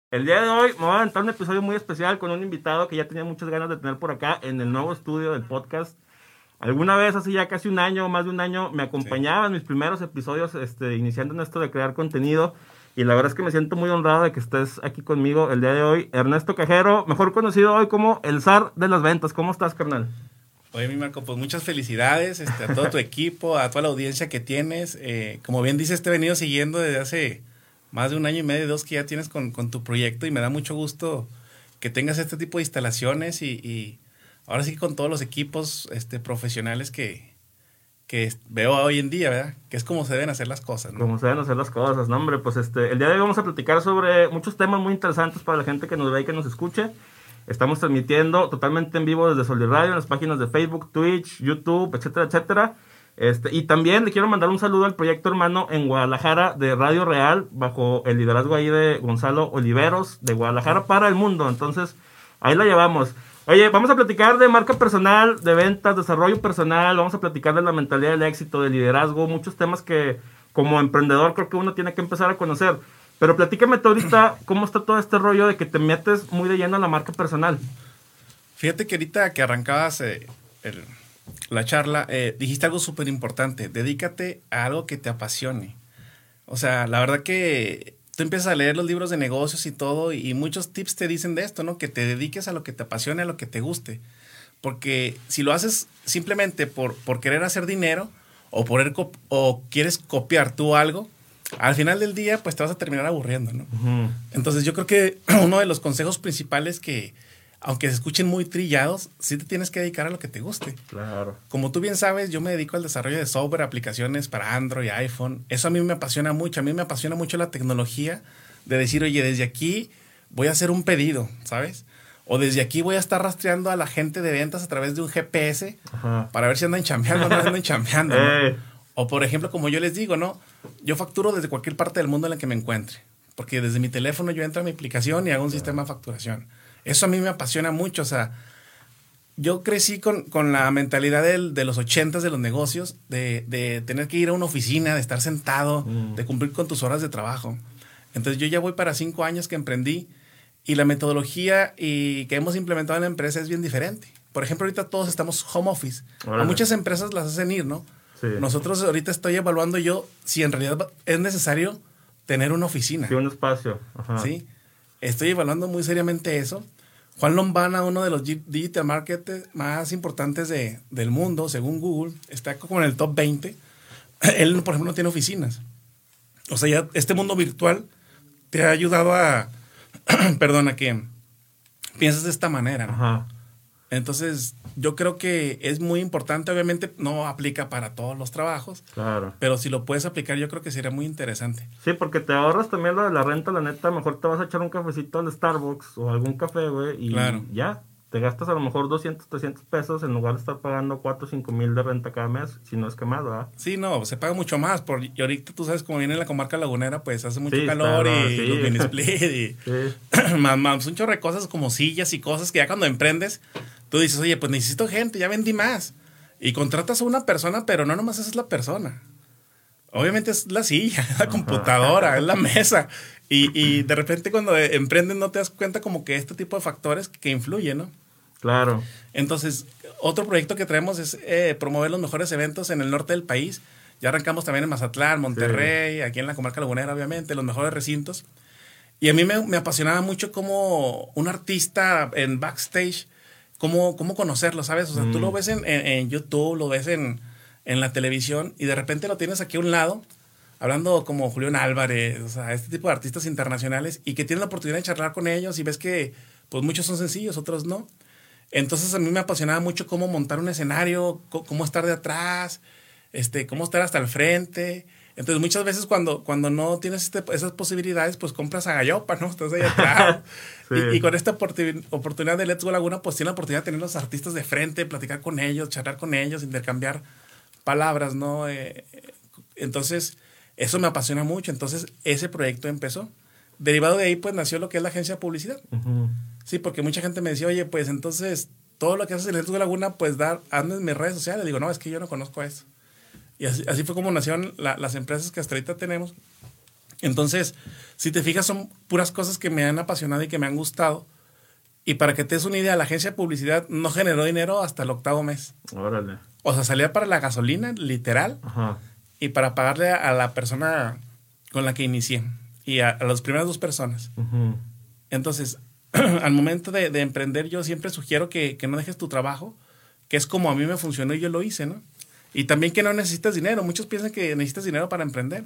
El día de hoy me voy a aventar un episodio muy especial con un invitado que ya tenía muchas ganas de tener por acá en el nuevo estudio del podcast. Alguna vez, hace ya casi un año, más de un año, me Sí. acompañaba en mis primeros episodios, iniciando en esto de crear contenido. Y la verdad es que me siento muy honrado de que estés aquí conmigo el día de hoy. Ernesto Cajero, mejor conocido hoy como el zar de las ventas. ¿Cómo estás, carnal? Oye, mi Marco, pues muchas felicidades a todo tu equipo, a toda la audiencia que tienes. Como bien dices, te he venido siguiendo desde hace más de un año y medio, dos que ya tienes con tu proyecto y me da mucho gusto que tengas este tipo de instalaciones y ahora sí que con todos los equipos profesionales que veo hoy en día, ¿verdad? Que es como se deben hacer las cosas, ¿no? Como se deben hacer las cosas, ¿no, hombre? Pues el día de hoy vamos a platicar sobre muchos temas muy interesantes para la gente que nos ve y que nos escuche. Estamos transmitiendo totalmente en vivo desde Solid Radio, en las páginas de Facebook, Twitch, YouTube, etcétera, etcétera. Y también le quiero mandar un saludo al proyecto hermano en Guadalajara de Radio Real, bajo el liderazgo ahí de Gonzalo Oliveros, de Guadalajara para el mundo. Entonces, ahí la llevamos. Oye, vamos a platicar de marca personal, de ventas, desarrollo personal, vamos a platicar de la mentalidad del éxito, de liderazgo, muchos temas que como emprendedor creo que uno tiene que empezar a conocer. Pero platícame tú ahorita cómo está todo este rollo de que te metes muy de lleno a la marca personal. Fíjate que ahorita que arrancabas la charla, dijiste algo súper importante. Dedícate a algo que te apasione. O sea, la verdad que tú empiezas a leer los libros de negocios y todo, y muchos tips te dicen de esto, ¿no? Que te dediques a lo que te apasione, a lo que te guste. Porque si lo haces simplemente por querer hacer dinero o quieres copiar tú algo, al final del día, pues te vas a terminar aburriendo, ¿no? Ujú. Entonces yo creo que uno de los consejos principales que, aunque se escuchen muy trillados, sí te tienes que dedicar a lo que te guste. Claro. Como tú bien sabes, yo me dedico al desarrollo de software, aplicaciones para Android, iPhone. Eso a mí me apasiona mucho. A mí me apasiona mucho la tecnología de decir, oye, desde aquí voy a hacer un pedido, ¿sabes? O desde aquí voy a estar rastreando a la gente de ventas a través de un GPS Ajá. para ver si andan chambeando o no andan chambeando, ¿no? Eh, O por ejemplo, como yo les digo, ¿no? Yo facturo desde cualquier parte del mundo en la que me encuentre. Porque desde mi teléfono yo entro a mi aplicación y hago un sistema de facturación. Eso a mí me apasiona mucho. O sea, yo crecí con la mentalidad de los ochentas de los negocios, de tener que ir a una oficina, de estar sentado, mm, de cumplir con tus horas de trabajo. Entonces yo ya voy para 5 años que emprendí y la metodología que hemos implementado en la empresa es bien diferente. Por ejemplo, ahorita todos estamos home office. A órale. muchas empresas las hacen ir, ¿no? Sí. Nosotros ahorita estoy evaluando yo si en realidad es necesario tener una oficina, Sí, un espacio. Ajá. ¿sí? Estoy evaluando muy seriamente eso. Juan Lombana, uno de los digital marketers más importantes del mundo, según Google, está como en el top 20. Él, por ejemplo, no tiene oficinas. O sea, ya este mundo virtual te ha ayudado perdona, que piensas de esta manera, ¿no? Ajá. Entonces, yo creo que es muy importante. Obviamente no aplica para todos los trabajos, Claro. pero si lo puedes aplicar, yo creo que sería muy interesante. Sí, porque te ahorras también lo de la renta, la neta. Mejor te vas a echar un cafecito al Starbucks o algún café, güey, Claro. y ya. Te gastas a lo mejor 200, 300 pesos en lugar de estar pagando 4 o 5 mil de renta cada mes, si no es que más, ¿verdad? Sí, no, se paga mucho más. Y ahorita tú sabes, como viene la comarca lagunera, pues hace mucho Sí, está, calor no, y los mini split y sí, más un chorro de cosas como sillas y cosas que ya cuando emprendes, tú dices, oye, pues necesito gente, ya vendí más. Y contratas a una persona, pero no nomás esa es la persona. Obviamente es la silla, es la computadora, es la mesa. Y de repente cuando emprendes no te das cuenta como que este tipo de factores que influyen, ¿no? claro. Entonces, otro proyecto que traemos es promover los mejores eventos en el norte del país. Ya arrancamos también en Mazatlán, Monterrey, aquí en la comarca lagunera, obviamente, los mejores recintos. Y a mí me apasionaba mucho como un artista en backstage, cómo conocerlo, ¿sabes? O sea, tú lo ves en YouTube, lo ves en la televisión y de repente lo tienes aquí a un lado, hablando como Julián Álvarez, o sea, este tipo de artistas internacionales y que tienes la oportunidad de charlar con ellos y ves que pues muchos son sencillos, otros no. Entonces a mí me apasionaba mucho cómo montar un escenario, cómo estar de atrás, cómo estar hasta el frente. Entonces muchas veces cuando no tienes esas posibilidades, pues compras a Gallopa, ¿no? Estás ahí atrás. Sí, Y con esta oportunidad de Let's Go Laguna, pues tiene la oportunidad de tener los artistas de frente, platicar con ellos, charlar con ellos, intercambiar palabras, ¿no? Entonces, eso me apasiona mucho. Entonces, ese proyecto empezó. Derivado de ahí, pues nació lo que es la agencia de publicidad. ujú, Sí, porque mucha gente me decía, oye, pues entonces todo lo que haces en Let's Go Laguna, pues hazme en mis redes sociales. Digo, no, es que yo no conozco eso. Y así fue como nacieron las empresas que hasta ahorita tenemos. Entonces, si te fijas, son puras cosas que me han apasionado y que me han gustado. Y para que te des una idea, la agencia de publicidad no generó dinero hasta el 8º mes. Órale. O sea, salía para la gasolina, literal, Ajá. y para pagarle a la persona con la que inicié. Y a las primeras 2 personas. Ujú. Entonces, al momento de emprender, yo siempre sugiero que no dejes tu trabajo, que es como a mí me funcionó y yo lo hice, ¿no? Y también que no necesitas dinero. Muchos piensan que necesitas dinero para emprender.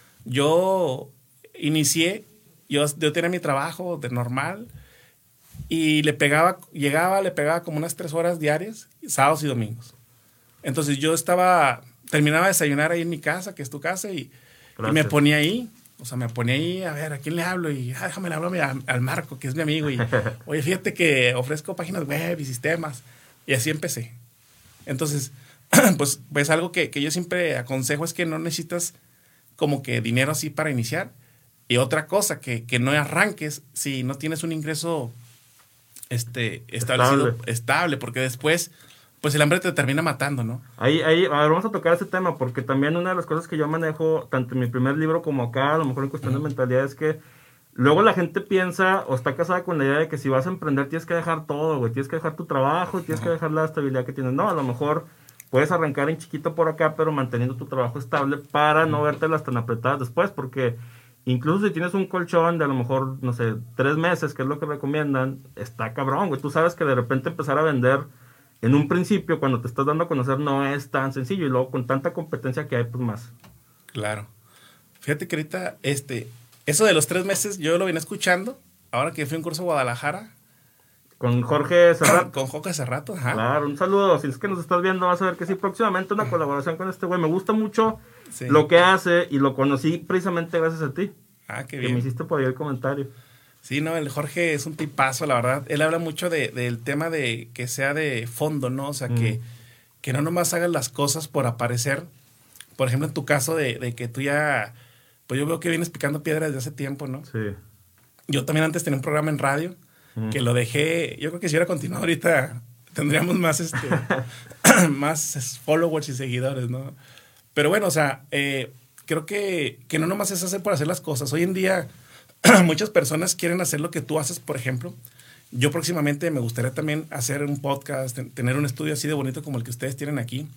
Yo inicié, yo tenía mi trabajo de normal y le pegaba como unas 3 horas diarias, sábados y domingos. Entonces yo terminaba de desayunar ahí en mi casa, que es tu casa, y me ponía ahí. O sea, me ponía ahí, a ver, ¿a quién le hablo? Y déjame le hablo al Marco, que es mi amigo. Y, oye, fíjate que ofrezco páginas web y sistemas. Y así empecé. Entonces, pues algo que yo siempre aconsejo es que no necesitas como que dinero así para iniciar. Y otra cosa, que no arranques si no tienes un ingreso establecido, estable, porque después, pues el hambre te termina matando, ¿no? Ahí, a ver, vamos a tocar ese tema, porque también una de las cosas que yo manejo, tanto en mi primer libro como acá, a lo mejor en cuestión de mentalidad, es que luego la gente piensa o está casada con la idea de que si vas a emprender tienes que dejar todo, güey, tienes que dejar tu trabajo, tienes que dejar la estabilidad que tienes. No, a lo mejor puedes arrancar en chiquito por acá, pero manteniendo tu trabajo estable para no vértelas tan apretadas después, porque incluso si tienes un colchón de a lo mejor, no sé, 3 meses, que es lo que recomiendan, está cabrón, güey. Tú sabes que de repente empezar a vender en un principio, cuando te estás dando a conocer, no es tan sencillo. Y luego con tanta competencia que hay, pues más. Claro. Fíjate que ahorita, eso de los 3 meses, yo lo venía escuchando, ahora que fui a un curso a Guadalajara. Con Jorge Cerrato. Con Jorge Cerrato, ajá. Claro, un saludo. Si es que nos estás viendo, vas a ver que sí, próximamente una colaboración con este güey. Me gusta mucho lo que hace y lo conocí precisamente gracias a ti. Ah, qué bien. bien. Que me hiciste por ahí el comentario. Sí, no, el Jorge es un tipazo, la verdad. Él habla mucho del tema de que sea de fondo, ¿no? O sea, que no nomás hagas las cosas por aparecer. Por ejemplo, en tu caso de que tú ya... Pues yo veo que vienes picando piedra desde hace tiempo, ¿no? Sí. Yo también antes tenía un programa en radio que lo dejé... Yo creo que si hubiera continuado ahorita tendríamos más, más followers y seguidores, ¿no? Pero bueno, o sea, creo que no nomás es hacer por hacer las cosas. Hoy en día... Muchas personas quieren hacer lo que tú haces, por ejemplo. Yo próximamente me gustaría también hacer un podcast, tener un estudio así de bonito como el que ustedes tienen aquí.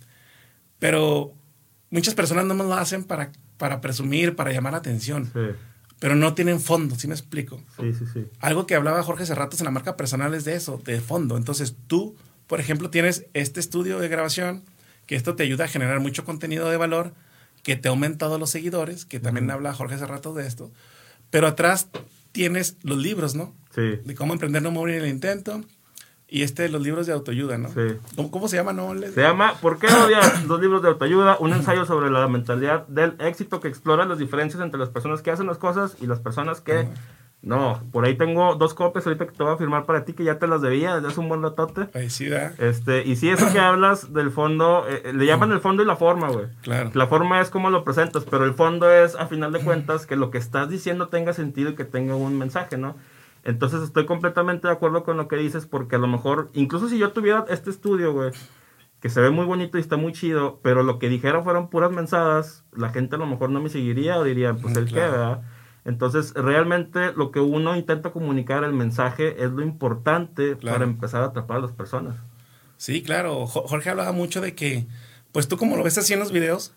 Pero muchas personas no lo hacen para presumir, para llamar la atención. Sí. Pero no tienen fondo, ¿sí me explico? Sí. Algo que hablaba Jorge Cerratos en la marca personal es de eso, de fondo. Entonces tú, por ejemplo, tienes este estudio de grabación, que esto te ayuda a generar mucho contenido de valor, que te ha aumentado los seguidores, que también habla Jorge Cerratos de esto. Pero atrás tienes los libros, ¿no? Sí. De cómo emprender, no morir en el intento. Y los libros de autoayuda, ¿no? Sí. ¿Cómo se llama, no? Se llama ¿Por qué odias los libros de autoayuda? Un ensayo sobre la mentalidad del éxito que explora las diferencias entre las personas que hacen las cosas y las personas que... No, por ahí tengo 2 copias ahorita que te voy a firmar para ti, que ya te las debía desde hace un buen ratote. Ahí sí, ¿verdad? Y sí, eso que hablas del fondo, le llaman el fondo y la forma, güey. Claro. La forma es cómo lo presentas, pero el fondo es, a final de cuentas, que lo que estás diciendo tenga sentido y que tenga un mensaje, ¿no? Entonces estoy completamente de acuerdo con lo que dices, porque a lo mejor, incluso si yo tuviera este estudio, güey, que se ve muy bonito y está muy chido, pero lo que dijera fueran puras mensadas, la gente a lo mejor no me seguiría o diría, pues el qué, ¿verdad? Entonces, realmente lo que uno intenta comunicar, el mensaje, es lo importante para empezar a atrapar a las personas. Sí, claro. Jorge hablaba mucho de que, pues tú como lo ves así en los videos,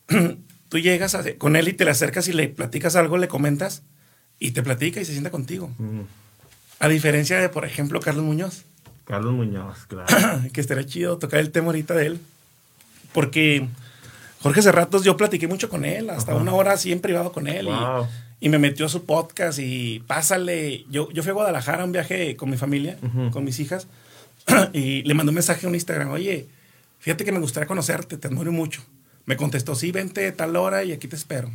tú llegas con él y te le acercas y le platicas algo, le comentas y te platica y se sienta contigo. A diferencia de, por ejemplo, Carlos Muñoz. Carlos Muñoz, claro. Que estaría chido tocar el tema ahorita de él. Porque Jorge Cerratos, yo platiqué mucho con él, hasta 1 hora así en privado con él. Wow. Y me metió a su podcast y pásale. Yo fui a Guadalajara a un viaje con mi familia, con mis hijas, y le mandé un mensaje a un Instagram. Oye, fíjate que me gustaría conocerte, te admiro mucho. Me contestó, sí, vente tal hora y aquí te espero.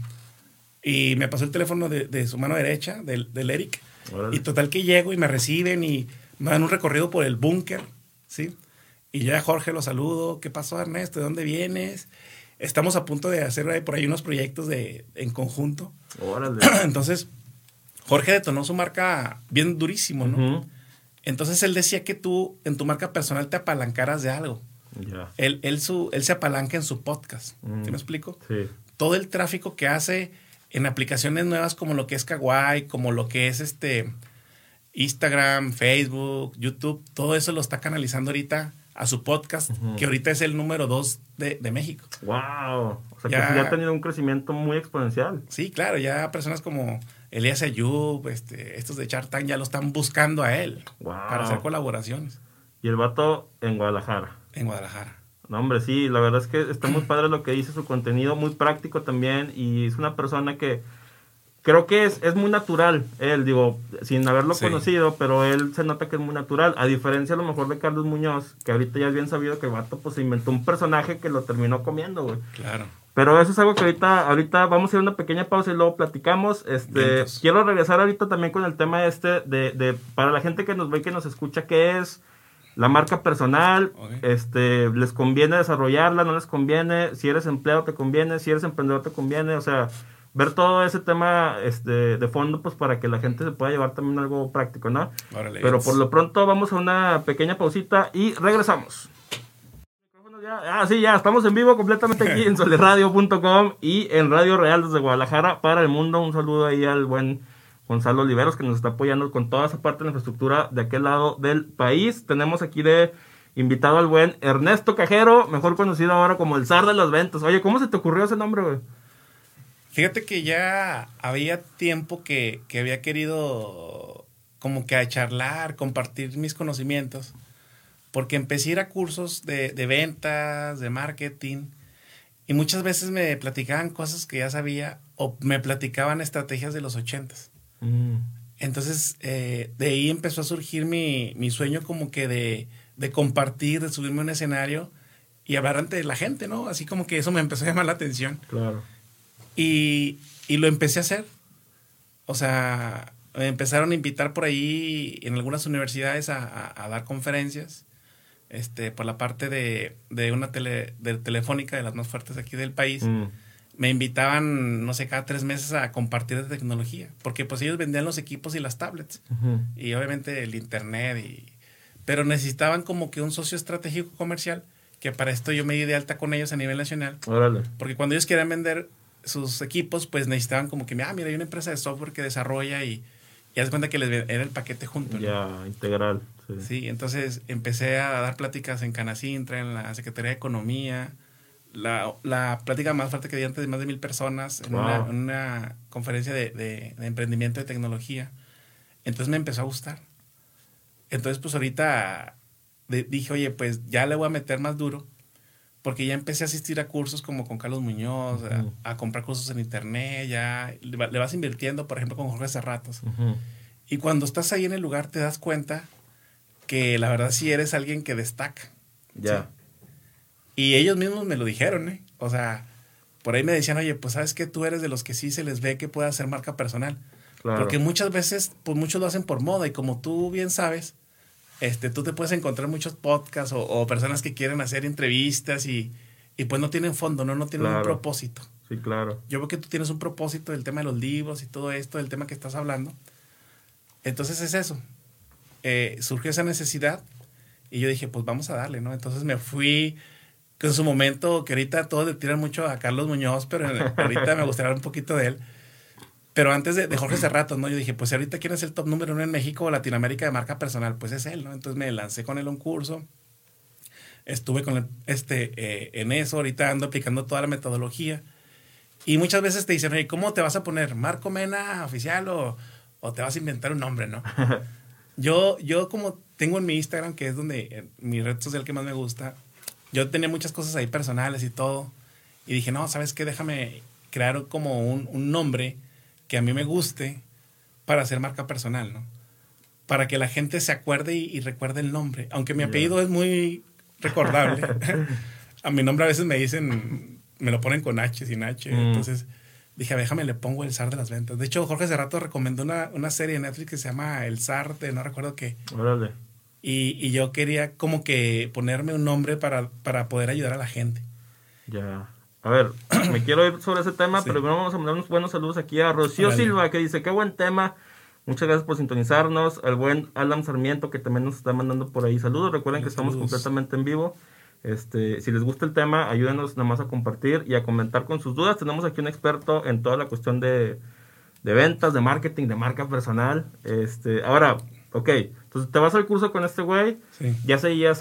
Y me pasó el teléfono de su mano derecha, del Eric. Órale. Y total que llego y me reciben y me dan un recorrido por el búnker, ¿sí? Y yo a Jorge lo saludo. ¿Qué pasó, Ernesto? ¿De dónde vienes? Estamos a punto de hacer por ahí unos proyectos en conjunto. Órale. Entonces, Jorge detonó su marca bien durísimo, ¿no? Entonces, él decía que tú, en tu marca personal, te apalancaras de algo. Yeah. Él se apalanca en su podcast. ¿Sí me explico? Sí. Todo el tráfico que hace en aplicaciones nuevas como lo que es Kawaii, como lo que es Instagram, Facebook, YouTube, todo eso lo está canalizando ahorita a su podcast, que ahorita es el número 2 de México. ¡Wow! O sea, que sí ha tenido un crecimiento muy exponencial. Sí, claro, ya personas como Elías Ayub, estos de Shark Tank ya lo están buscando a él para hacer colaboraciones. Y el vato en Guadalajara. En Guadalajara. No, hombre, sí, la verdad es que está muy padre lo que dice, su contenido muy práctico también, y es una persona que creo que es muy natural, él, digo, sin haberlo conocido, pero él se nota que es muy natural, a diferencia a lo mejor de Carlos Muñoz, que ahorita ya es bien sabido que el vato pues se inventó un personaje que lo terminó comiendo, güey. Claro. Pero eso es algo que ahorita vamos a hacer una pequeña pausa y luego platicamos. Quiero regresar ahorita también con el tema de para la gente que nos ve y que nos escucha, ¿qué es la marca personal? Okay. ¿Les conviene desarrollarla? ¿No les conviene? Si eres empleado te conviene, si eres emprendedor te conviene, o sea, ver todo ese tema de fondo, pues para que la gente se pueda llevar también algo práctico, ¿no? Órale, pero por lo pronto vamos a una pequeña pausita y regresamos. Ya estamos en vivo completamente aquí en solirradio.com y en Radio Real desde Guadalajara para el mundo. Un saludo ahí al buen Gonzalo Oliveros, que nos está apoyando con toda esa parte de la infraestructura de aquel lado del país. Tenemos aquí de invitado al buen Ernesto Cajero, mejor conocido ahora como el zar de las ventas. Oye, ¿cómo se te ocurrió ese nombre, güey? Fíjate que ya había tiempo que había querido como que a charlar, compartir mis conocimientos, porque empecé a ir a cursos de ventas, de marketing, y muchas veces me platicaban cosas que ya sabía o me platicaban estrategias de los 80s. Entonces, de ahí empezó a surgir mi sueño como que de compartir, de subirme a un escenario y hablar ante la gente, ¿no? Así como que eso me empezó a llamar la atención. Claro. Y lo empecé a hacer. O sea, me empezaron a invitar por ahí en algunas universidades a dar conferencias. Por la parte de una de telefónica de las más fuertes aquí del país. Me invitaban, no sé, cada 3 meses a compartir de tecnología, porque pues ellos vendían los equipos y las tablets, y obviamente el internet, pero necesitaban como que un socio estratégico comercial, que para esto yo me di de alta con ellos a nivel nacional. Órale. Porque cuando ellos querían vender sus equipos, pues necesitaban como que, mira, hay una empresa de software que desarrolla y haz cuenta que era el paquete junto, ¿no? Ya, integral. Sí, entonces empecé a dar pláticas en Canacintra, en la Secretaría de Economía. La plática más fuerte que di antes de más de 1,000 personas en una conferencia de emprendimiento de tecnología. Entonces me empezó a gustar. Entonces pues ahorita dije, oye, pues ya le voy a meter más duro, porque ya empecé a asistir a cursos como con Carlos Muñoz, a comprar cursos en internet, ya le vas invirtiendo, por ejemplo, con Jorge Serratos. Y cuando estás ahí en el lugar te das cuenta que la verdad sí eres alguien que destaca. Ya. ¿Sí? Y ellos mismos me lo dijeron, ¿eh? O sea, por ahí me decían, oye, pues sabes que tú eres de los que sí se les ve que puede hacer marca personal. Claro. Porque muchas veces, pues muchos lo hacen por moda, y como tú bien sabes, tú te puedes encontrar muchos podcasts o personas que quieren hacer entrevistas y pues no tienen fondo, no tienen un propósito. Sí, claro. Yo veo que tú tienes un propósito del tema de los libros y todo esto, del tema que estás hablando. Entonces es eso. Surgió esa necesidad y yo dije, pues vamos a darle, ¿no? Entonces me fui en su momento, que ahorita todos le tiran mucho a Carlos Muñoz, pero ahorita me gustaría hablar un poquito de él. Pero antes de Jorge Serratos, ¿no? Yo dije, pues ahorita quién es el top número 1 en México o Latinoamérica de marca personal, pues es él, ¿no? Entonces me lancé con él a un curso, estuve con él en eso, ahorita ando aplicando toda la metodología. Y muchas veces te dicen, oye, ¿cómo te vas a poner? ¿Marco Mena oficial o te vas a inventar un nombre, no? Yo como tengo en mi Instagram, que es donde mi red social que más me gusta, yo tenía muchas cosas ahí personales y todo. Y dije, no, ¿sabes qué? Déjame crear como un nombre que a mí me guste para hacer marca personal, ¿no? Para que la gente se acuerde y recuerde el nombre. Aunque mi apellido es muy recordable. A mi nombre a veces me dicen, me lo ponen con H, sin H. Entonces dije, déjame, le pongo el zar de las ventas. De hecho, Jorge Serrato recomendó una serie de Netflix que se llama El zar de no recuerdo qué. Órale. Y yo quería como que ponerme un nombre para poder ayudar a la gente. Ya. A ver, me quiero ir sobre ese tema, pero primero vamos a mandar unos buenos saludos aquí a Rocío Silva, que dice, qué buen tema. Muchas gracias por sintonizarnos. Al buen Alan Sarmiento, que también nos está mandando por ahí saludos. Recuerden que estamos completamente en vivo. Si les gusta el tema, ayúdenos nada más a compartir y a comentar con sus dudas. Tenemos aquí un experto en toda la cuestión de ventas, de marketing, de marca personal. Ahora, ok, entonces te vas al curso con este güey, Sí. ya seguías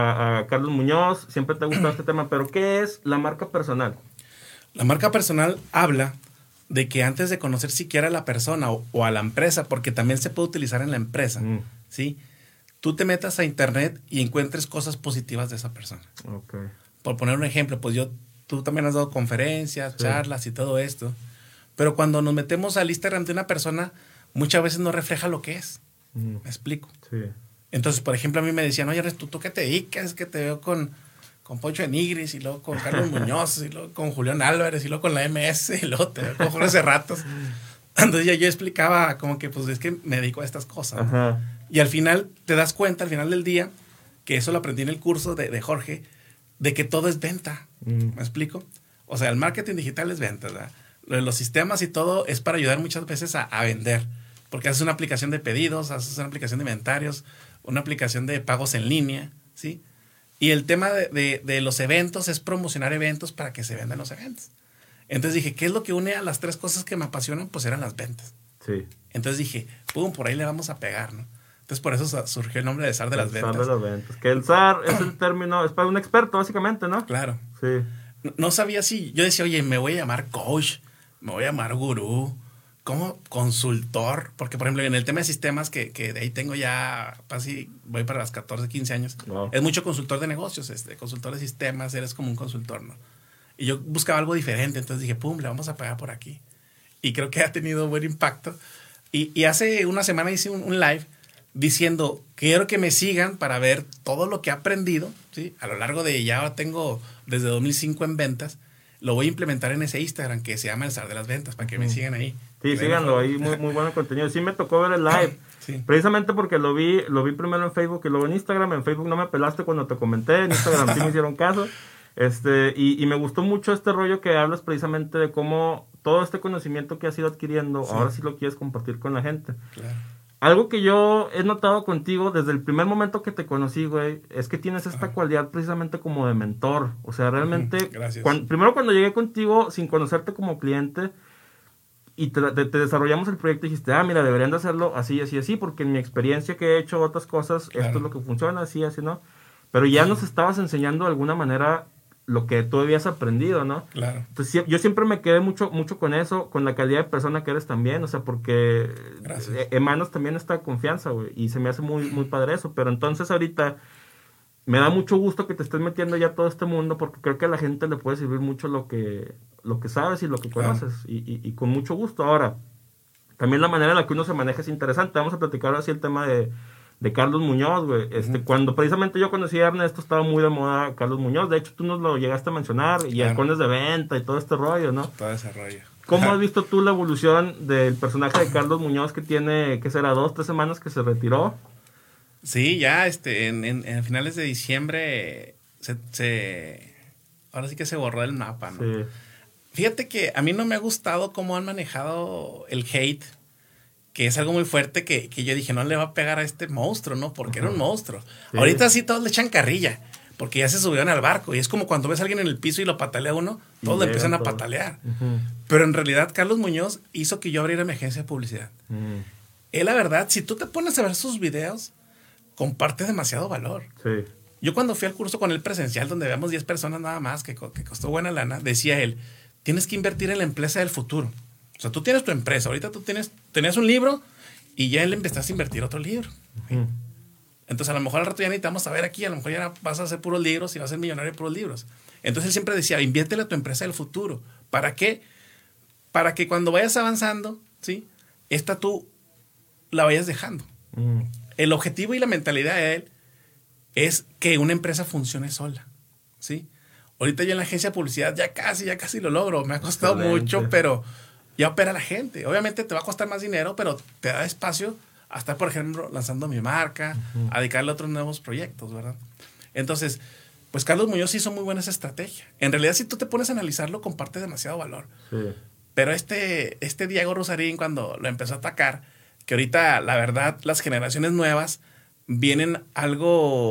a Carlos Muñoz, siempre te ha gustado este tema, pero ¿qué es la marca personal? La marca personal habla de que antes de conocer siquiera a la persona o a la empresa, porque también se puede utilizar en la empresa, ¿sí? Tú te metas a internet y encuentres cosas positivas de esa persona. Okay. Por poner un ejemplo, pues tú también has dado conferencias, Sí. charlas y todo esto, pero cuando nos metemos al Instagram de una persona, muchas veces no refleja lo que es. ¿Me explico? Sí. Entonces, por ejemplo, a mí me decían, oye, ¿tú qué te dedicas? Que te veo con Poncho de Nigris, y luego con Carlos Muñoz, y luego con Julián Álvarez, y luego con la MS, y luego te veo con Jorge Cerratos. Entonces yo explicaba como que, pues, es que me dedico a estas cosas. Ajá. Y al final te das cuenta, al final del día, que eso lo aprendí en el curso de Jorge, de que todo es venta. ¿Me explico? O sea, el marketing digital es venta, ¿verdad? Lo de los sistemas y todo es para ayudar muchas veces a vender. Porque haces una aplicación de pedidos, haces una aplicación de inventarios, una aplicación de pagos en línea, ¿sí? Y el tema de los eventos es promocionar eventos para que se vendan los eventos. Entonces dije, ¿qué es lo que une a las tres cosas que me apasionan? Pues eran las ventas. Sí. Entonces dije, pum, por ahí le vamos a pegar, ¿no? Entonces por eso surgió el nombre de zar de las ventas. Zar de las ventas. Que el zar es el término, es para un experto básicamente, ¿no? Claro. Sí. No sabía si, yo decía, oye, me voy a llamar coach, me voy a llamar gurú, como consultor, porque por ejemplo en el tema de sistemas, que de ahí tengo ya, casi voy para las 14, 15 años, Wow. es mucho consultor de negocios, consultor de sistemas, eres como un consultor, ¿no? Y yo buscaba algo diferente, entonces dije, pum, le vamos a pegar por aquí. Y creo que ha tenido buen impacto. Y hace una semana hice un live diciendo, quiero que me sigan para ver todo lo que he aprendido, ¿sí? A lo largo de, ya tengo desde 2005 en ventas, lo voy a implementar en ese Instagram que se llama el zar de las ventas, para que me sigan ahí. Sí, síganlo, ahí muy, muy bueno contenido. Sí me tocó ver el live, Sí. precisamente porque lo vi primero en Facebook y luego en Instagram. En Facebook no me pelaste cuando te comenté, en Instagram sí me hicieron caso. Y me gustó mucho este rollo que hablas precisamente de cómo todo este conocimiento que has ido adquiriendo, ahora sí lo quieres compartir con la gente. Claro. Algo que yo he notado contigo desde el primer momento que te conocí, güey, es que tienes esta cualidad precisamente como de mentor. O sea, realmente, Gracias. primero cuando llegué contigo sin conocerte como cliente y te desarrollamos el proyecto, dijiste, mira, deberían de hacerlo así, así, así, porque en mi experiencia que he hecho otras cosas, Claro. esto es lo que funciona, así, así, ¿no? Pero ya nos estabas enseñando de alguna manera lo que tú habías aprendido, ¿no? Claro. Entonces yo siempre me quedé mucho con eso, con la calidad de persona que eres también, o sea, porque emanas también esta confianza, güey, y se me hace muy, muy padre eso. Pero entonces ahorita me da mucho gusto que te estés metiendo ya a todo este mundo, porque creo que a la gente le puede servir mucho lo que sabes y lo que conoces, y con mucho gusto. Ahora, también la manera en la que uno se maneja es interesante. Vamos a platicar ahora sí el tema de Carlos Muñoz, güey. Cuando precisamente yo conocí a Ernesto, estaba muy de moda Carlos Muñoz. De hecho, tú nos lo llegaste a mencionar, y halcones de venta y todo este rollo, ¿no? Todo ese rollo. ¿Cómo has visto tú la evolución del personaje de Carlos Muñoz, que tiene, ¿qué será? 2, 3 semanas que se retiró? Sí, ya en finales de diciembre ahora sí que se borró el mapa, ¿no? Sí. Fíjate que a mí no me ha gustado cómo han manejado el hate, que es algo muy fuerte que yo dije, no le va a pegar a este monstruo, ¿no? Porque era un monstruo. Sí. Ahorita sí todos le echan carrilla, porque ya se subieron al barco. Y es como cuando ves a alguien en el piso y lo patalea uno, todos le empiezan a patalear. Pero en realidad Carlos Muñoz hizo que yo abriera mi agencia de publicidad. Él, la verdad, si tú te pones a ver sus videos, comparte demasiado valor. Sí. Yo cuando fui al curso con él presencial, donde veamos 10 personas nada más, que costó buena lana, decía él, tienes que invertir en la empresa del futuro. O sea, tú tienes tu empresa, ahorita tú tenías un libro y ya le empezaste a invertir otro libro. ¿Sí? Entonces, a lo mejor al rato ya necesitamos saber aquí, a lo mejor ya vas a hacer puros libros y vas a ser millonario de puros libros. Entonces, él siempre decía, inviértele a tu empresa del futuro. ¿Para qué? Para que cuando vayas avanzando, ¿sí? Esta tú la vayas dejando. El objetivo y la mentalidad de él es que una empresa funcione sola, ¿sí? Ahorita yo en la agencia de publicidad ya casi lo logro. Me ha costado mucho, pero ya opera la gente. Obviamente te va a costar más dinero, pero te da espacio a estar, por ejemplo, lanzando mi marca, a dedicarle a otros nuevos proyectos, ¿verdad? Entonces, pues Carlos Muñoz hizo muy buena esa estrategia. En realidad, si tú te pones a analizarlo, comparte demasiado valor. Sí. Pero este Diego Rosarín, cuando lo empezó a atacar, que ahorita, la verdad, las generaciones nuevas vienen algo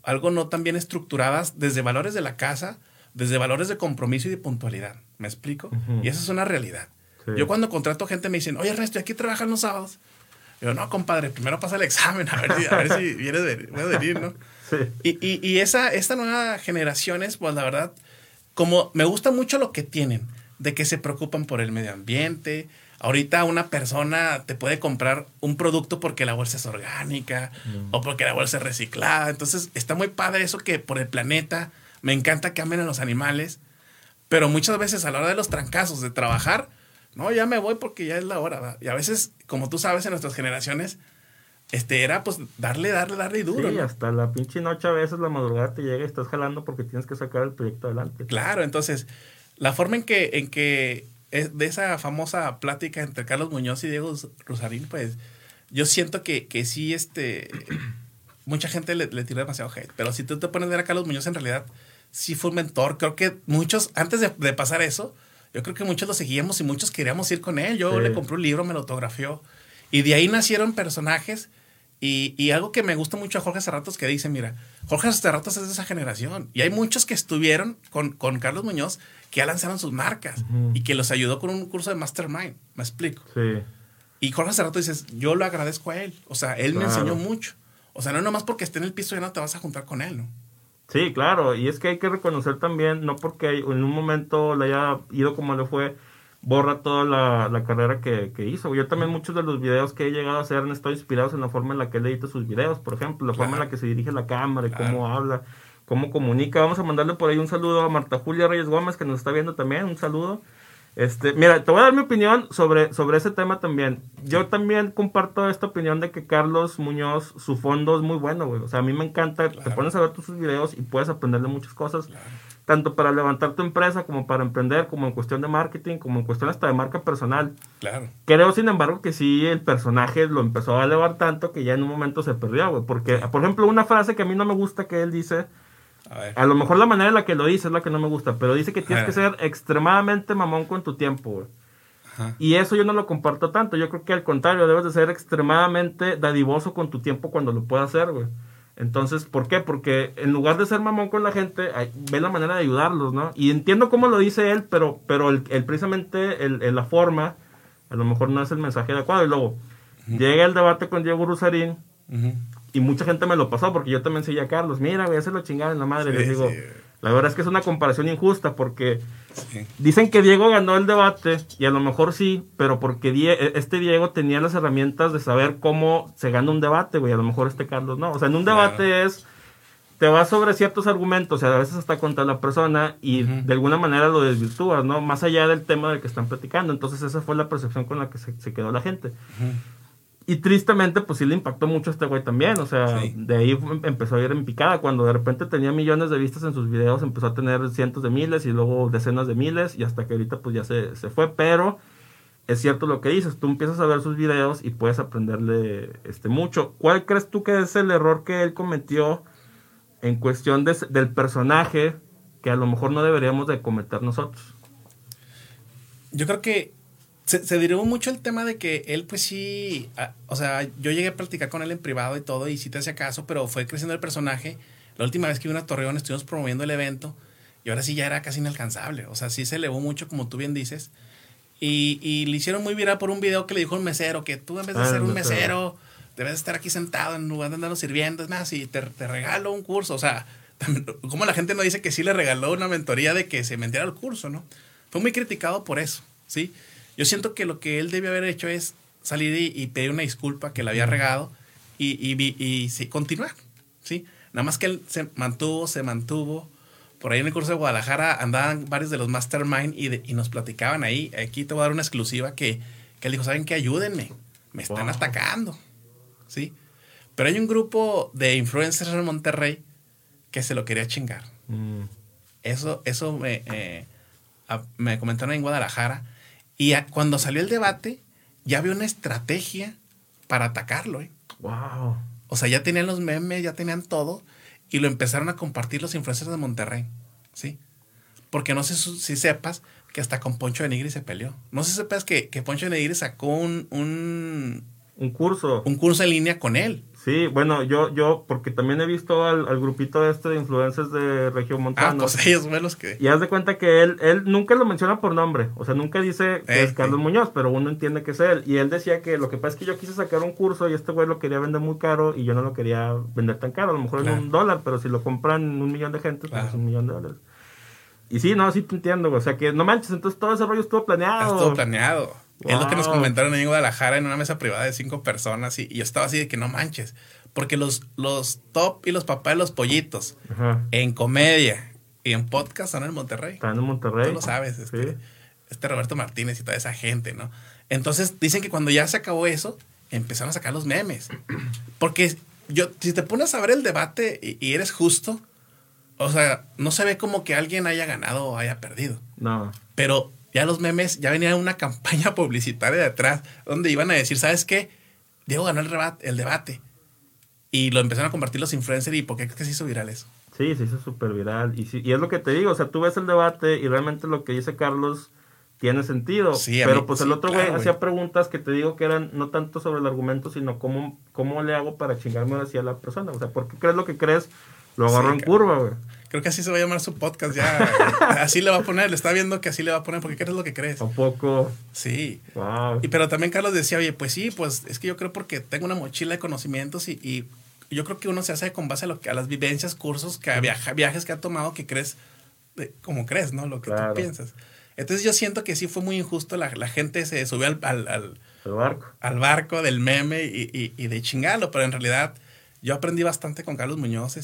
algo no tan bien estructuradas desde valores de la casa, desde valores de compromiso y de puntualidad. ¿Me explico? Y esa es una realidad. Sí. Yo cuando contrato gente me dicen, oye, Ernesto, ¿aquí trabajan los sábados? Yo, no, compadre, primero pasa el examen, a ver si vienes puedes venir, ¿no? Sí. Y esta nueva generaciones, pues la verdad, como me gusta mucho lo que tienen, de que se preocupan por el medio ambiente. Ahorita una persona te puede comprar un producto porque la bolsa es orgánica o porque la bolsa es reciclada. Entonces está muy padre eso, que por el planeta, me encanta que amen a los animales, pero muchas veces a la hora de los trancazos de trabajar, no, ya me voy porque ya es la hora, ¿verdad? Y a veces, como tú sabes, en nuestras generaciones, era pues darle y duro. Sí, ¿no? Hasta la pinche noche a veces la madrugada te llega y estás jalando porque tienes que sacar el proyecto adelante. Claro, entonces, la forma en que de esa famosa plática entre Carlos Muñoz y Diego Rusarín, pues yo siento que sí, mucha gente le tiró demasiado hate, pero si tú te pones a ver a Carlos Muñoz, en realidad sí fue un mentor. Creo que muchos, antes de pasar eso, yo creo que muchos lo seguíamos y muchos queríamos ir con él. Yo le compré un libro, me lo autografió, y de ahí nacieron personajes. Y algo que me gusta mucho a Jorge Serratos, que dice, mira, Jorge Serratos es de esa generación, y hay muchos que estuvieron con Carlos Muñoz que ya lanzaron sus marcas y que los ayudó con un curso de Mastermind. ¿Me explico? Sí. Y Jorge Serratos dice, yo lo agradezco a él. O sea, él me enseñó mucho. O sea, no nomás porque esté en el piso ya no te vas a juntar con él, ¿no? Sí, claro. Y es que hay que reconocer también, no porque en un momento le haya ido como le fue, borra toda la carrera que hizo. Yo también muchos de los videos que he llegado a hacer han estado inspirados en la forma en la que él edita sus videos, por ejemplo, la forma en la que se dirige la cámara y cómo habla, cómo comunica. Vamos a mandarle por ahí un saludo a Marta Julia Reyes Gómez, que nos está viendo también, un saludo. Mira, te voy a dar mi opinión sobre ese tema también. Yo también comparto esta opinión de que Carlos Muñoz, su fondo es muy bueno, güey. O sea, a mí me encanta, te pones a ver tus videos y puedes aprender de muchas cosas. Tanto para levantar tu empresa, como para emprender, como en cuestión de marketing, como en cuestión hasta de marca personal. Claro. Creo, sin embargo, que sí, el personaje lo empezó a elevar tanto que ya en un momento se perdió, güey. Porque, por ejemplo, una frase que a mí no me gusta que él dice, a lo mejor la manera en la que lo dice es la que no me gusta, pero dice que tienes que ser extremadamente mamón con tu tiempo, güey. Y eso yo no lo comparto tanto. Yo creo que al contrario, debes de ser extremadamente dadivoso con tu tiempo cuando lo puedas hacer, güey. Entonces, ¿por qué? Porque en lugar de ser mamón con la gente, ve la manera de ayudarlos, ¿no? Y entiendo cómo lo dice él, pero precisamente la forma, a lo mejor no es el mensaje adecuado. Y luego, llega el debate con Diego Rusarín, y mucha gente me lo pasó, porque yo también seguía a Carlos. Mira, güey, ya se lo chingaron en la madre. Sí, les digo, la verdad es que es una comparación injusta, porque dicen que Diego ganó el debate, y a lo mejor sí, pero porque Diego tenía las herramientas de saber cómo se gana un debate, güey. A lo mejor Carlos no. O sea, en un debate te vas sobre ciertos argumentos, o sea, a veces hasta contra la persona, y de alguna manera lo desvirtúas, ¿no? Más allá del tema del que están platicando. Entonces esa fue la percepción con la que se quedó la gente. Y tristemente, pues sí le impactó mucho a este güey también. O sea, de ahí empezó a ir en picada. Cuando de repente tenía millones de vistas en sus videos, empezó a tener cientos de miles y luego decenas de miles. Y hasta que ahorita pues ya se fue. Pero es cierto lo que dices. Tú empiezas a ver sus videos y puedes aprenderle mucho. ¿Cuál crees tú que es el error que él cometió en cuestión del personaje que a lo mejor no deberíamos de cometer nosotros? Yo creo que se derivó mucho el tema de que él, pues sí, o sea, yo llegué a platicar con él en privado y todo, y sí te hacía caso, pero fue creciendo el personaje. La última vez que vine a Torreón estuvimos promoviendo el evento, y ahora sí ya era casi inalcanzable. O sea, sí se elevó mucho, como tú bien dices, y le hicieron muy viral por un video que le dijo un mesero, que tú en vez de ser un mesero, debes estar aquí sentado en lugar de andarnos sirviendo. Es más, y te regalo un curso. O sea, como la gente no dice que sí le regaló una mentoría de que se metiera al curso, ¿no? Fue muy criticado por eso, ¿sí? Yo siento que lo que él debió haber hecho es salir y pedir una disculpa, que la había regado, y sí, continuar, ¿sí? Nada más que él se mantuvo. Por ahí en el curso de Guadalajara andaban varios de los Mastermind y nos platicaban ahí. Aquí te voy a dar una exclusiva que él dijo, ¿saben qué? Ayúdenme, me están atacando, ¿sí? Pero hay un grupo de influencers en Monterrey que se lo quería chingar. Eso me comentaron en Guadalajara. Y cuando salió el debate, ya había una estrategia para atacarlo, ¿eh? Wow. O sea, ya tenían los memes, ya tenían todo, y lo empezaron a compartir los influencers de Monterrey, ¿sí? Porque no sé si sepas que hasta con Poncho de Nigri se peleó. No sé si sepas que Poncho de Nigri sacó un curso. Un curso en línea con él. Sí, bueno, yo, porque también he visto al grupito este de influencers de Regiomontanos. Pues ellos son los que... Y haz de cuenta que él nunca lo menciona por nombre, o sea, nunca dice que es Carlos Muñoz, pero uno entiende que es él. Y él decía que lo que pasa es que yo quise sacar un curso y este güey lo quería vender muy caro y yo no lo quería vender tan caro, a lo mejor en $1, pero si lo compran 1,000,000 de gente, pues es $1,000,000. Y sí, no, sí te entiendo, o sea, que no manches, entonces todo ese rollo estuvo planeado. Estuvo planeado. Wow. Es lo que nos comentaron en Guadalajara en una mesa privada de 5 personas y yo estaba así de que no manches. Porque los top y los papás de los pollitos en comedia y en podcast son en Monterrey. Están en Monterrey. Tú lo sabes, Roberto Martínez y toda esa gente, ¿no? Entonces dicen que cuando ya se acabó eso, empezaron a sacar los memes. Porque si te pones a ver el debate y eres justo, o sea, no se ve como que alguien haya ganado o haya perdido. No. Pero ya los memes, ya venía una campaña publicitaria detrás donde iban a decir, ¿sabes qué? Diego ganó el debate. Y lo empezaron a compartir los influencers. ¿Y por qué crees que se hizo viral eso? Sí, se hizo súper viral. Y es lo que te digo, o sea, tú ves el debate y realmente lo que dice Carlos tiene sentido. Sí, pero pues el otro güey hacía preguntas que te digo que eran no tanto sobre el argumento, sino cómo le hago para chingarme así a la persona. O sea, ¿por qué crees lo que crees? Lo agarró en curva, güey. Creo que así se va a llamar su podcast ya. Así le va a poner, le está viendo que así le va a poner, porque ¿qué es lo que crees? ¿A poco? Sí. Wow. Pero también Carlos decía, oye, pues sí, pues es que yo creo porque tengo una mochila de conocimientos y yo creo que uno se hace con base a las vivencias, cursos, viajes que ha tomado que crees, como crees, ¿no? Lo que tú piensas. Entonces yo siento que sí fue muy injusto, la gente se subió al barco del meme y de chingarlo, pero en realidad yo aprendí bastante con Carlos Muñoz,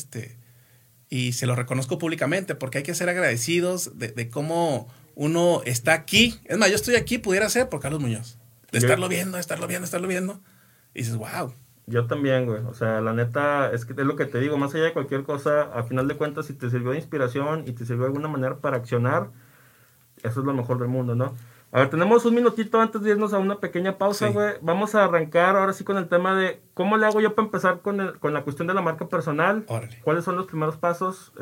y se lo reconozco públicamente, porque hay que ser agradecidos de cómo uno está aquí. Es más, yo estoy aquí, pudiera ser por Carlos Muñoz. De estarlo viendo. Y dices, wow. Yo también, güey. O sea, la neta, es lo que te digo, más allá de cualquier cosa, a final de cuentas, si te sirvió de inspiración y te sirvió de alguna manera para accionar, eso es lo mejor del mundo, ¿no? A ver, tenemos un minutito antes de irnos a una pequeña pausa, güey. Sí. Vamos a arrancar ahora sí con el tema de cómo le hago yo para empezar con la cuestión de la marca personal. Órale. ¿Cuáles son los primeros pasos?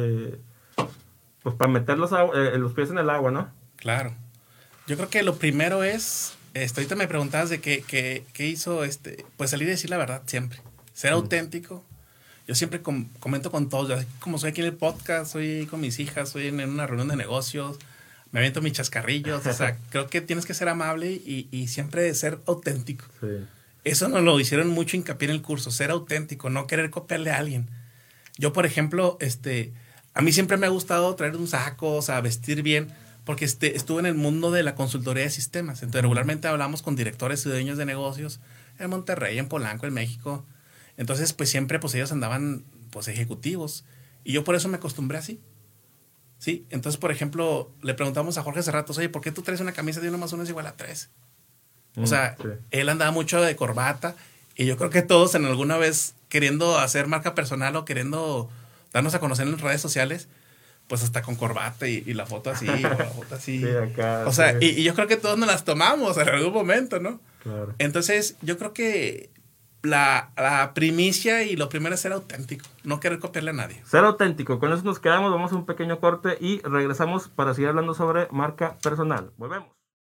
Pues para meter los pies en el agua, ¿no? Claro. Yo creo que lo primero es, ahorita me preguntabas de qué hizo, pues salir y decir la verdad siempre. Ser auténtico. Yo siempre comento con todos, así como soy aquí en el podcast, soy con mis hijas, soy en una reunión de negocios, me aviento mis chascarrillos, o sea, creo que tienes que ser amable y siempre ser auténtico. Sí. Eso nos lo hicieron mucho hincapié en el curso, ser auténtico, no querer copiarle a alguien. Yo, por ejemplo, a mí siempre me ha gustado traer un saco, o sea, vestir bien, porque estuve en el mundo de la consultoría de sistemas. Entonces, regularmente hablamos con directores y dueños de negocios en Monterrey, en Polanco, en México. Entonces, pues siempre, pues ellos andaban, pues ejecutivos. Y yo por eso me acostumbré así. Sí, entonces, por ejemplo, le preguntamos a Jorge hace rato, oye, ¿por qué tú traes una camisa de 1 más 1 es igual a 3? O sea, sí. Él andaba mucho de corbata y yo creo que todos en alguna vez queriendo hacer marca personal o queriendo darnos a conocer en las redes sociales, pues hasta con corbata y la foto así, o la foto así. Sí, acá, o sea, sí. y yo creo que todos nos las tomamos en algún momento, ¿no? Claro. Entonces, yo creo que la primicia y lo primero es ser auténtico, no querer copiarle a nadie. Ser auténtico, con eso nos quedamos, vamos a un pequeño corte y regresamos para seguir hablando sobre marca personal. Volvemos.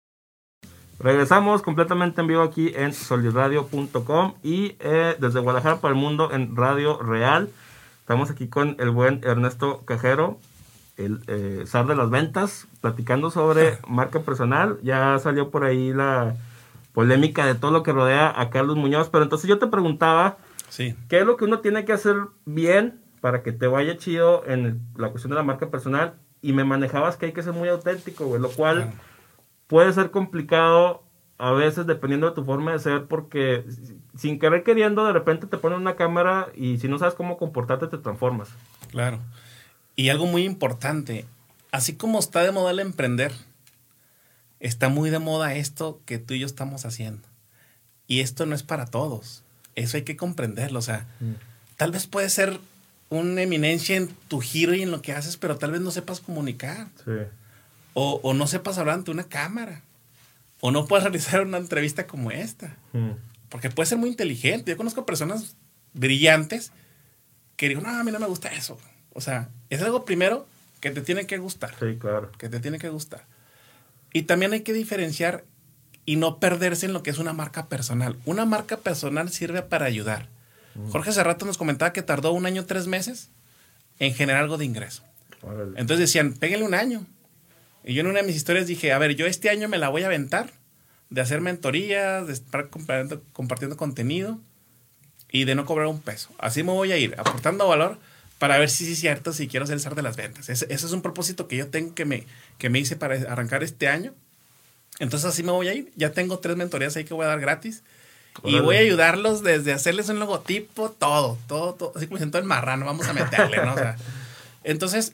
Regresamos completamente en vivo aquí en solirradio.com y desde Guadalajara para el mundo en Radio Real. Estamos aquí con el buen Ernesto Cajero, el zar de las ventas, platicando sobre marca personal. Ya salió por ahí la polémica de todo lo que rodea a Carlos Muñoz, pero entonces yo te preguntaba, sí, ¿qué es lo que uno tiene que hacer bien para que te vaya chido en la cuestión de la marca personal? Y me manejabas que hay que ser muy auténtico, güey, lo cual puede ser complicado a veces dependiendo de tu forma de ser, porque sin querer queriendo de repente te ponen una cámara y si no sabes cómo comportarte te transformas. Claro. Y algo muy importante, así como está de moda el emprender, está muy de moda esto que tú y yo estamos haciendo. Y esto no es para todos. Eso hay que comprenderlo. O sea, tal vez puede ser una eminencia en tu giro y en lo que haces, pero tal vez no sepas comunicar. Sí. O no sepas hablar ante una cámara. O no puedes realizar una entrevista como esta. Porque puede ser muy inteligente. Yo conozco personas brillantes que digo, no, a mí no me gusta eso. O sea, es algo primero que te tiene que gustar. Sí, claro. Que te tiene que gustar. Y también hay que diferenciar y no perderse en lo que es una marca personal. Una marca personal sirve para ayudar. Jorge hace rato nos comentaba que tardó 1 año, 3 meses en generar algo de ingreso. Órale. Entonces decían, péguenle 1 año. Y yo en una de mis historias dije, a ver, yo este año me la voy a aventar de hacer mentorías, de estar compartiendo contenido y de no cobrar un peso. Así me voy a ir, aportando valor para ver si sí es cierto, si quiero ser el zar de las ventas. Ese es un propósito que yo tengo que me hice para arrancar este año. Entonces así me voy a ir. Ya tengo 3 mentorías ahí que voy a dar gratis. Y voy a ayudarlos desde hacerles un logotipo, todo. Así como siento el marrano, vamos a meterle, ¿no? O sea, entonces,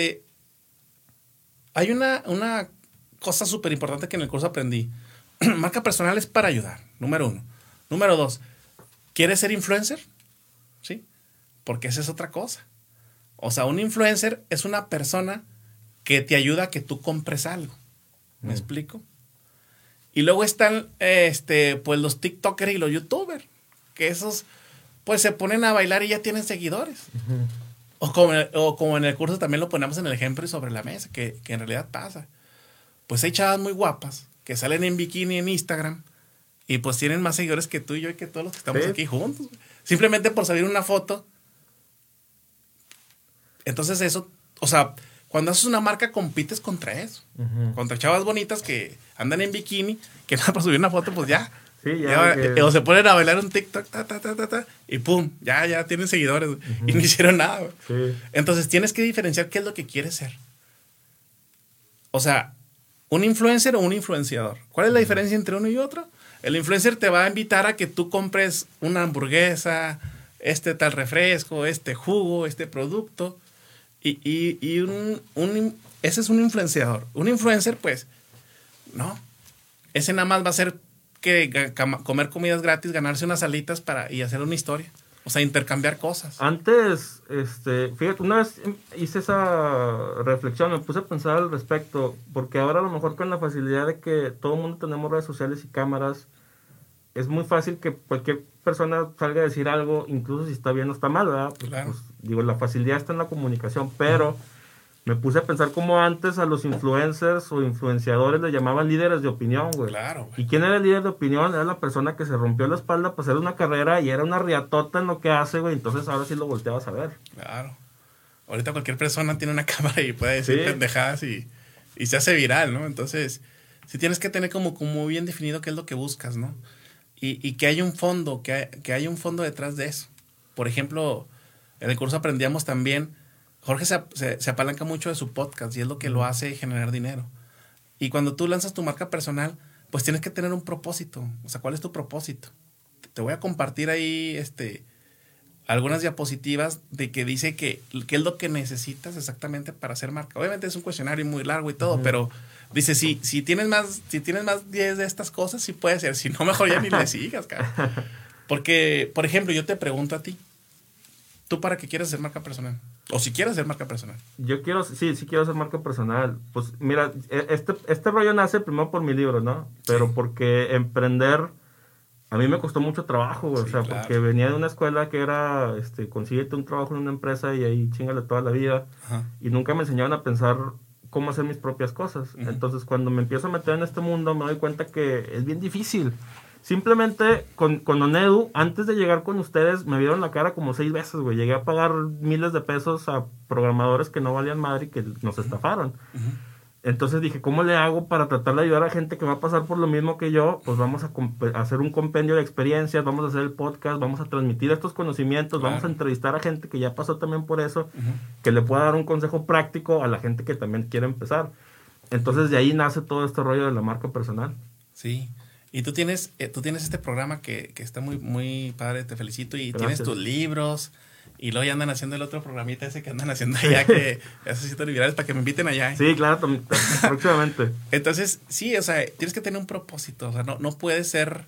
hay una cosa súper importante que en el curso aprendí. Marca personal es para ayudar, número 1. Número 2, ¿quieres ser influencer? ¿Sí? Porque esa es otra cosa. O sea, un influencer es una persona que te ayuda a que tú compres algo. ¿Me explico? Y luego están pues los TikTokers y los YouTubers, que esos pues se ponen a bailar y ya tienen seguidores. O como en el curso también lo ponemos en el ejemplo y sobre la mesa, que en realidad pasa. Pues hay chavas muy guapas que salen en bikini en Instagram y pues tienen más seguidores que tú y yo y que todos los que estamos aquí juntos. Simplemente por subir una foto. Entonces eso, o sea, cuando haces una marca compites contra eso. Contra chavas bonitas que andan en bikini, que nada para subir una foto, pues ya. Sí, O se ponen a bailar un TikTok, y pum, ya tienen seguidores. Y no hicieron nada. Sí. Entonces tienes que diferenciar qué es lo que quieres ser. O sea, ¿un influencer o un influenciador? ¿Cuál es la diferencia entre uno y otro? El influencer te va a invitar a que tú compres una hamburguesa, tal refresco, jugo, producto. Ese es un influenciador. Un influencer, pues, no. Ese nada más va a ser que comer comidas gratis, ganarse unas alitas y hacer una historia. O sea, intercambiar cosas. Antes, fíjate, una vez hice esa reflexión, me puse a pensar al respecto, porque ahora a lo mejor con la facilidad de que todo el mundo tenemos redes sociales y cámaras, es muy fácil que cualquier persona salga a decir algo, incluso si está bien o está mal, ¿verdad? Pues, Claro. pues, digo, la facilidad está en la comunicación, pero me puse a pensar cómo antes a los influencers o influenciadores le llamaban líderes de opinión, güey. Claro, güey. ¿Y quién era el líder de opinión? Era la persona que se rompió la espalda para hacer una carrera y era una riatota en lo que hace, güey. Entonces ahora sí lo volteabas a ver. Claro. Ahorita cualquier persona tiene una cámara y puede decir Sí. pendejadas y se hace viral, ¿no? Entonces, sí tienes que tener como bien definido qué es lo que buscas, ¿no? Y que hay un fondo, que hay un fondo detrás de eso. Por ejemplo, en el curso aprendíamos también, Jorge se apalanca mucho de su podcast y es lo que lo hace generar dinero. Y cuando tú lanzas tu marca personal, pues tienes que tener un propósito. O sea, ¿cuál es tu propósito? Te voy a compartir ahí algunas diapositivas de que dice qué es lo que necesitas exactamente para hacer marca. Obviamente es un cuestionario muy largo y todo, pero dice, si tienes más 10 de estas cosas, sí puede ser. Si no, mejor ya ni le sigas, cara. Porque, por ejemplo, yo te pregunto a ti, ¿tú para qué quieres hacer marca personal? O si quieres hacer marca personal. Yo quiero, sí quiero hacer marca personal. Pues mira, este rollo nace primero por mi libro, ¿no? Pero porque emprender a mí me costó mucho trabajo, güey. Sí, O sea, claro. porque venía de una escuela que era, consíguete un trabajo en una empresa y ahí chíngale toda la vida. Ajá. Y nunca me enseñaron a pensar cómo hacer mis propias cosas. Entonces, cuando me empiezo a meter en este mundo, me doy cuenta que es bien difícil. Simplemente con Onedu, antes de llegar con ustedes, me vieron la cara como 6 veces, güey. Llegué a pagar miles de pesos a programadores que no valían madre y que nos estafaron. Entonces dije, ¿cómo le hago para tratar de ayudar a gente que va a pasar por lo mismo que yo? Pues vamos a hacer un compendio de experiencias, vamos a hacer el podcast, vamos a transmitir estos conocimientos, Claro. vamos a entrevistar a gente que ya pasó también por eso, que le pueda dar un consejo práctico a la gente que también quiere empezar. Entonces de ahí nace todo este rollo de la marca personal. Sí. Y tú tienes este programa que está muy, muy padre, te felicito. Y Gracias. tienes tus libros. Y luego ya andan haciendo el otro programita ese que andan haciendo allá, que necesitan virales para que me inviten allá. Sí, claro, próximamente. Entonces, sí, o sea, tienes que tener un propósito. O sea, no puede ser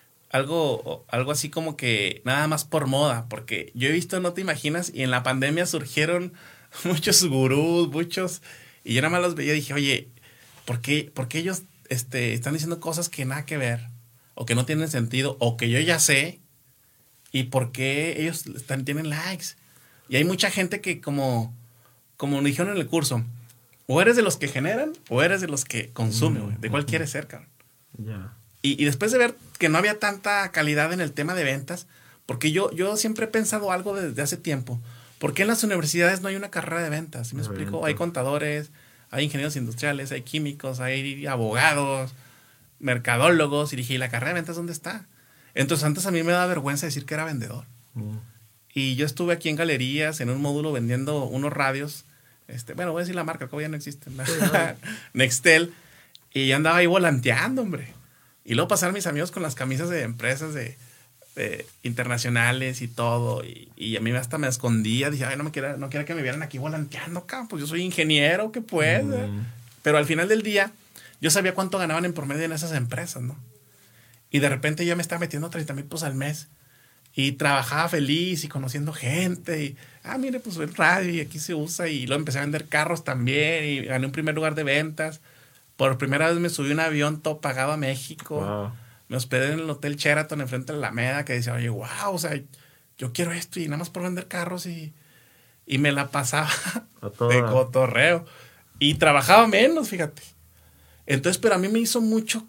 algo así como que nada más por moda. Porque yo he visto, no te imaginas, y en la pandemia surgieron muchos gurús, y yo nada más los veía y dije, oye, ¿por qué ellos están diciendo cosas que nada que ver? O que no tienen sentido, o que yo ya sé. ¿Y por qué ellos tienen likes? Y hay mucha gente que, como nos dijeron en el curso, o eres de los que generan o eres de los que consumen, güey. ¿De cuál quieres ser, cabrón? Ya. Y después de ver que no había tanta calidad en el tema de ventas, Porque yo siempre he pensado algo desde hace tiempo. ¿Por qué en las universidades no hay una carrera de ventas? ¿Sí me explico? Hay contadores, hay ingenieros industriales, hay químicos, hay abogados, mercadólogos. Y dije, ¿y la carrera de ventas dónde está? Entonces antes a mí me da vergüenza decir que era vendedor. Y yo estuve aquí en Galerías, en un módulo vendiendo unos radios. Bueno, voy a decir la marca, que ya no existe. Nextel. Y yo andaba ahí volanteando, hombre. Y luego pasaron mis amigos con las camisas de empresas de internacionales y todo. Y a mí hasta me escondía. Dije, ay, no quiero que me vieran aquí volanteando, cabrón. Pues yo soy ingeniero, ¿qué pues? Pero al final del día, yo sabía cuánto ganaban en promedio en esas empresas, ¿no? Y de repente yo me estaba metiendo 30,000 pesos al mes. Y trabajaba feliz y conociendo gente. Y, mire, pues el radio y aquí se usa. Y luego empecé a vender carros también. Y gané un primer lugar de ventas. Por primera vez me subí a un avión todo pagado a México. Wow. Me hospedé en el Hotel Sheraton enfrente de la Alameda. Que decía, oye, wow, o sea, yo quiero esto. Y nada más por vender carros. Y me la pasaba de cotorreo. Y trabajaba menos, fíjate. Entonces, pero a mí me hizo mucho,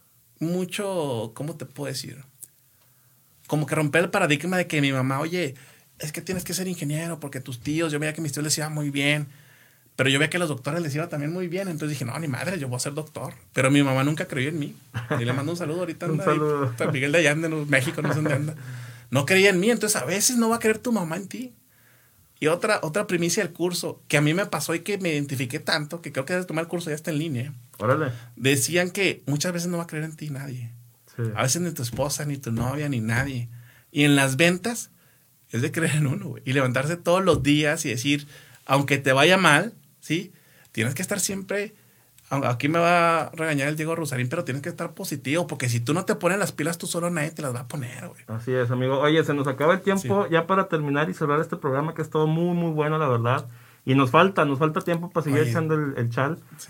¿cómo te puedo decir? Como que romper el paradigma de que mi mamá, oye, es que tienes que ser ingeniero porque tus tíos, yo veía que mis tíos les iba muy bien, pero yo veía que a los doctores les iba también muy bien, entonces dije, no, ni madre, yo voy a ser doctor. Pero mi mamá nunca creyó en mí. Y le mando un saludo ahorita. Un saludo. Ahí, Miguel de Allende, en México, no sé dónde anda. No creía en mí, entonces a veces no va a creer tu mamá en ti. Y otra primicia del curso, que a mí me pasó y que me identifiqué tanto, que creo que debes tomar el curso, ya está en línea. Órale. Decían que muchas veces no va a creer en ti nadie. Sí. A veces ni tu esposa, ni tu novia, ni nadie. Y en las ventas es de creer en uno, güey. Y levantarse todos los días y decir, aunque te vaya mal, ¿sí? Tienes que estar siempre, aquí me va a regañar el Diego Rosarín, pero tienes que estar positivo, porque si tú no te pones las pilas tú solo, nadie te las va a poner, güey. Así es, amigo. Oye, se nos acaba el tiempo, sí, ya para terminar y cerrar este programa, que es todo muy, muy bueno, la verdad. Y nos falta tiempo para seguir echando el chal. Sí.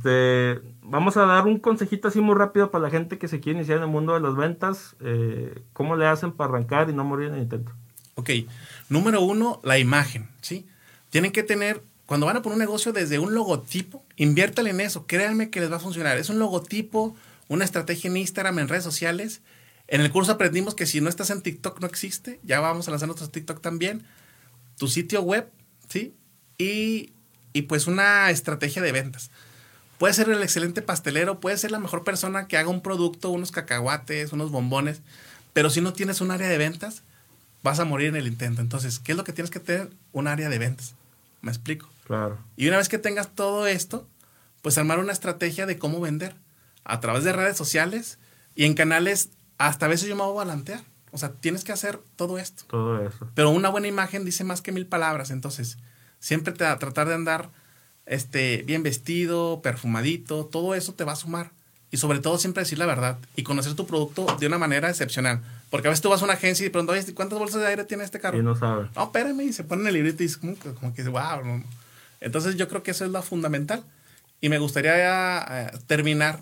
Vamos a dar un consejito así muy rápido para la gente que se quiere iniciar en el mundo de las ventas. ¿Cómo le hacen para arrancar y no morir en el intento? Ok. Número 1, la imagen, ¿sí? Tienen que tener, cuando van a poner un negocio, desde un logotipo, inviértale en eso. Créanme que les va a funcionar. Es un logotipo, una estrategia en Instagram, en redes sociales. En el curso aprendimos que si no estás en TikTok no existe. Ya vamos a lanzar nuestro TikTok también. Tu sitio web, ¿sí? Y pues una estrategia de ventas. Puede ser el excelente pastelero, puede ser la mejor persona que haga un producto, unos cacahuates, unos bombones, pero si no tienes un área de ventas, vas a morir en el intento. Entonces, ¿qué es lo que tienes que tener? Un área de ventas. ¿Me explico? Claro. Y una vez que tengas todo esto, pues armar una estrategia de cómo vender a través de redes sociales y en canales, hasta a veces yo me voy a volantear. O sea, tienes que hacer todo esto. Todo eso. Pero una buena imagen dice más que 1000 palabras, entonces siempre tratar de andar bien vestido, perfumadito, todo eso te va a sumar. Y sobre todo siempre decir la verdad y conocer tu producto de una manera excepcional. Porque a veces tú vas a una agencia y preguntas, oye, ¿cuántas bolsas de aire tiene este carro? Y no sabe. No, espérame, y se ponen el librito y es como que wow. ¿No? Entonces yo creo que eso es lo fundamental. Y me gustaría terminar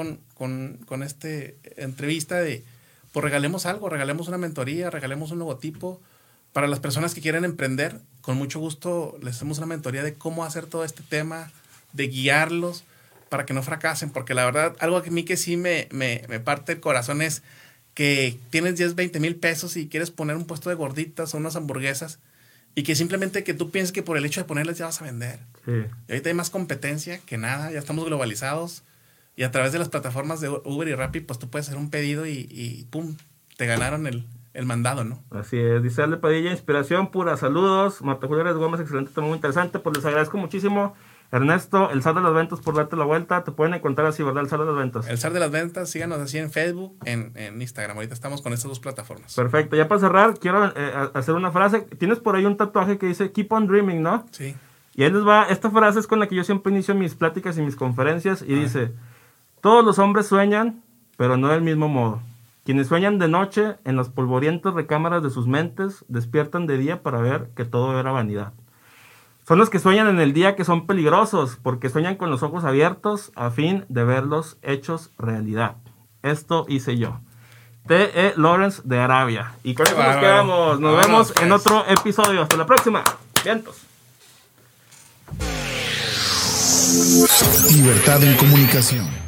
con esta entrevista de, pues regalemos algo, regalemos una mentoría, regalemos un logotipo. Para las personas que quieren emprender, con mucho gusto les hacemos una mentoría de cómo hacer todo este tema, de guiarlos para que no fracasen. Porque la verdad, algo a mí que sí me parte el corazón es que tienes 10, 20 mil pesos y quieres poner un puesto de gorditas o unas hamburguesas y que simplemente que tú pienses que por el hecho de ponerlas ya vas a vender. Sí. Y ahorita hay más competencia que nada, ya estamos globalizados y a través de las plataformas de Uber y Rappi, pues tú puedes hacer un pedido y ¡pum! Te ganaron el mandado, ¿no? Así es. Dice Ale Padilla, inspiración pura, saludos. Marta Julia Reyes Gómez, excelente, tema muy interesante. Pues les agradezco muchísimo. Ernesto, el zar de las ventas, por darte la vuelta. Te pueden encontrar así, ¿verdad? El zar de las ventas. El zar de las ventas, síganos así en Facebook, en Instagram. Ahorita estamos con estas dos plataformas. Perfecto. Ya para cerrar, quiero hacer una frase. Tienes por ahí un tatuaje que dice Keep on Dreaming, ¿no? Sí. Y ahí les va. Esta frase es con la que yo siempre inicio mis pláticas y mis conferencias. Y dice, todos los hombres sueñan, pero no del mismo modo. Quienes sueñan de noche en las polvorientas recámaras de sus mentes, despiertan de día para ver que todo era vanidad. Son los que sueñan en el día que son peligrosos, porque sueñan con los ojos abiertos a fin de verlos hechos realidad. Esto hice yo. T.E. Lawrence de Arabia. Y con eso nos quedamos. Nos vemos en otro episodio. Hasta la próxima. Vientos. Libertad en comunicación.